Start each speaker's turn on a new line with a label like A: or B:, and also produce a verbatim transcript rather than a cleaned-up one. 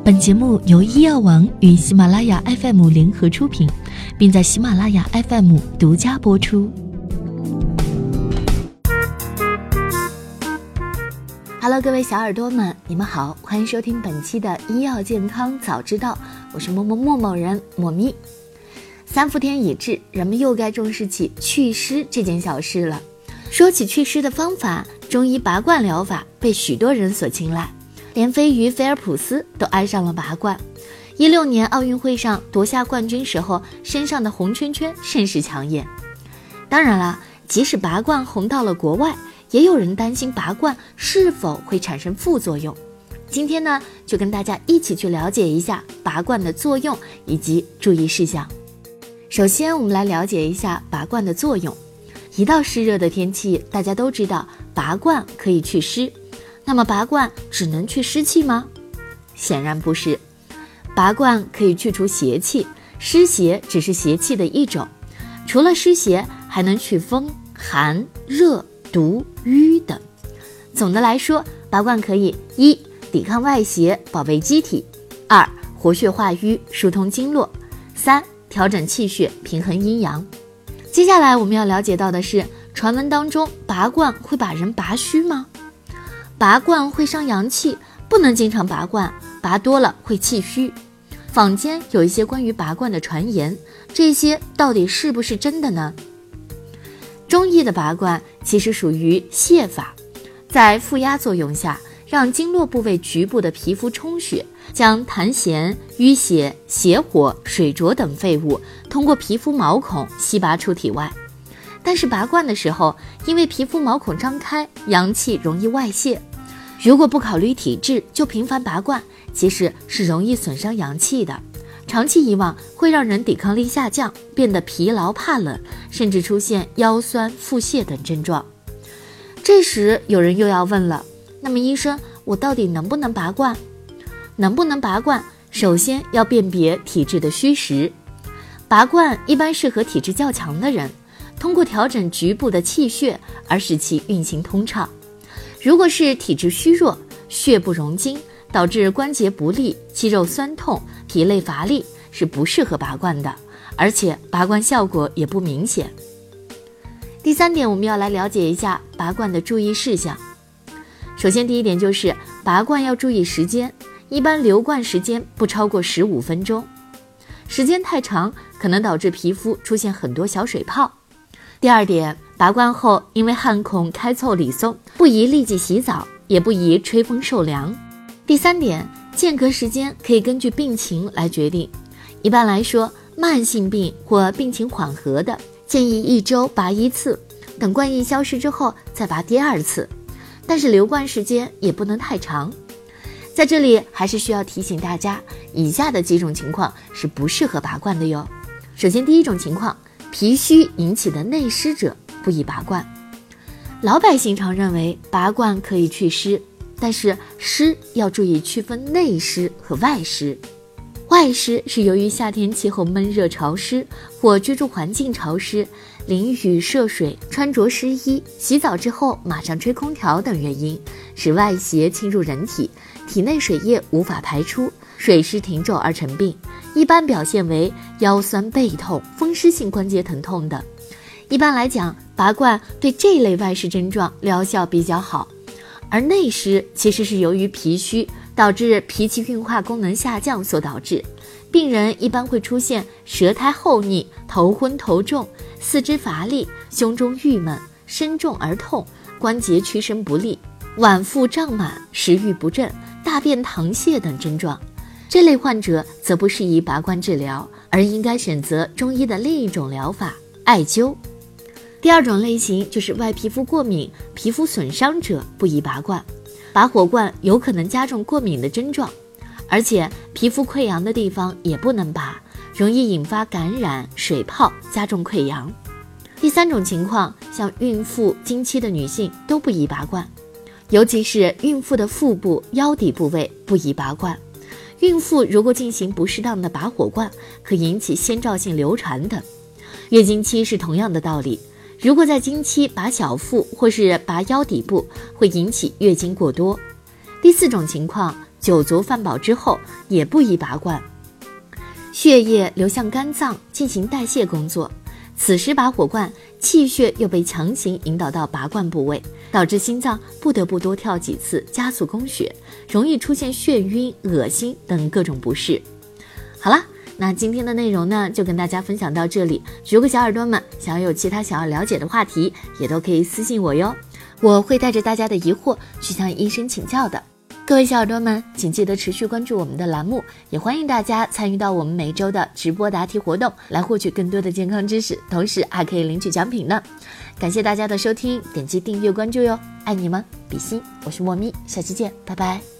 A: 本节目由医药王与喜马拉雅 F M 联合出品，并在喜马拉雅 F M 独家播出。Hello， 各位小耳朵们，你们好，欢迎收听本期的医药健康早知道，我是某某某某人莫咪。三伏天已至，人们又该重视起祛湿这件小事了。说起祛湿的方法，中医拔罐疗法被许多人所青睐，连飞鱼菲尔普斯都爱上了拔罐。一六年奥运会上夺下冠军时候，身上的红圈圈甚是抢眼。当然了，即使拔罐红到了国外，也有人担心拔罐是否会产生副作用。今天呢，就跟大家一起去了解一下拔罐的作用以及注意事项。首先，我们来了解一下拔罐的作用。一到湿热的天气，大家都知道拔罐可以祛湿。那么拔罐只能去湿气吗？显然不是。拔罐可以去除邪气，湿邪只是邪气的一种。除了湿邪，还能祛风、寒、热、毒、瘀等。总的来说，拔罐可以一抵抗外邪，保卫机体；二活血化瘀，疏通经络；三调整气血，平衡阴阳。接下来我们要了解到的是，传闻当中拔罐会把人拔虚吗？拔罐会伤阳气，不能经常拔罐，拔多了会气虚。坊间有一些关于拔罐的传言，这些到底是不是真的呢？中医的拔罐其实属于泻法，在负压作用下，让经络部位局部的皮肤充血，将痰涎、淤血、邪火、水浊等废物通过皮肤毛孔吸拔出体外。但是拔罐的时候，因为皮肤毛孔张开，阳气容易外泄。如果不考虑体质就频繁拔罐，其实是容易损伤阳气的。长期以往会让人抵抗力下降，变得疲劳怕冷，甚至出现腰酸腹泻等症状。这时有人又要问了，那么医生，我到底能不能拔罐？能不能拔罐，首先要辨别体质的虚实。拔罐一般适合体质较强的人，通过调整局部的气血而使其运行通畅。如果是体质虚弱，血不容经，导致关节不利、肌肉酸痛、疲累乏力，是不适合拔罐的，而且拔罐效果也不明显。第三点，我们要来了解一下拔罐的注意事项。首先第一点就是拔罐要注意时间，一般留罐时间不超过十五分钟，时间太长可能导致皮肤出现很多小水泡。第二点，拔罐后因为汗孔开凑理松，不宜立即洗澡，也不宜吹风受凉。第三点，间隔时间可以根据病情来决定。一般来说，慢性病或病情缓和的，建议一周拔一次，等冠疫消失之后再拔第二次。但是留罐时间也不能太长。在这里还是需要提醒大家，以下的几种情况是不适合拔罐的哟。首先第一种情况，脾虚引起的内湿者不宜拔罐。老百姓常认为拔罐可以祛湿，但是湿要注意区分内湿和外湿。外湿是由于夏天气候闷热潮湿，或居住环境潮湿，淋雨涉水、穿着湿衣、洗澡之后马上吹空调等原因，使外邪侵入人体，体内水液无法排出，水湿停骤而成病，一般表现为腰酸背痛、风湿性关节疼痛等。一般来讲，拔罐对这类外湿症状疗效比较好。而内湿其实是由于脾虚导致脾气运化功能下降所导致，病人一般会出现舌苔厚腻、头昏头重、四肢乏力、胸中郁闷、身重而痛、关节屈伸不利、脘腹胀满、食欲不振、大便溏泻等症状。这类患者则不适宜拔罐治疗，而应该选择中医的另一种疗法——艾灸。第二种类型就是外皮肤过敏、皮肤损伤者不宜拔罐。拔火罐有可能加重过敏的症状，而且皮肤溃疡的地方也不能拔，容易引发感染、水泡，加重溃疡。第三种情况，像孕妇、经期的女性都不宜拔罐，尤其是孕妇的腹部、腰底部位不宜拔罐。孕妇如果进行不适当的拔火罐，可引起先兆性流产等。月经期是同样的道理，如果在经期拔小腹或是拔腰底部，会引起月经过多。第四种情况， 酒足饭饱之后也不宜拔罐。血液流向肝脏进行代谢工作，此时拔火罐，气血又被强行引导到拔罐部位，导致心脏不得不多跳几次加速供血，容易出现眩晕、恶心等各种不适。好了，那今天的内容呢，就跟大家分享到这里。如果小耳朵们想要有其他想要了解的话题，也都可以私信我哟，我会带着大家的疑惑去向医生请教的。各位小耳朵们，请记得持续关注我们的栏目，也欢迎大家参与到我们每周的直播答题活动，来获取更多的健康知识，同时还可以领取奖品呢。感谢大家的收听，点击订阅关注哟，爱你们，比心，我是莫咪，下期见，拜拜。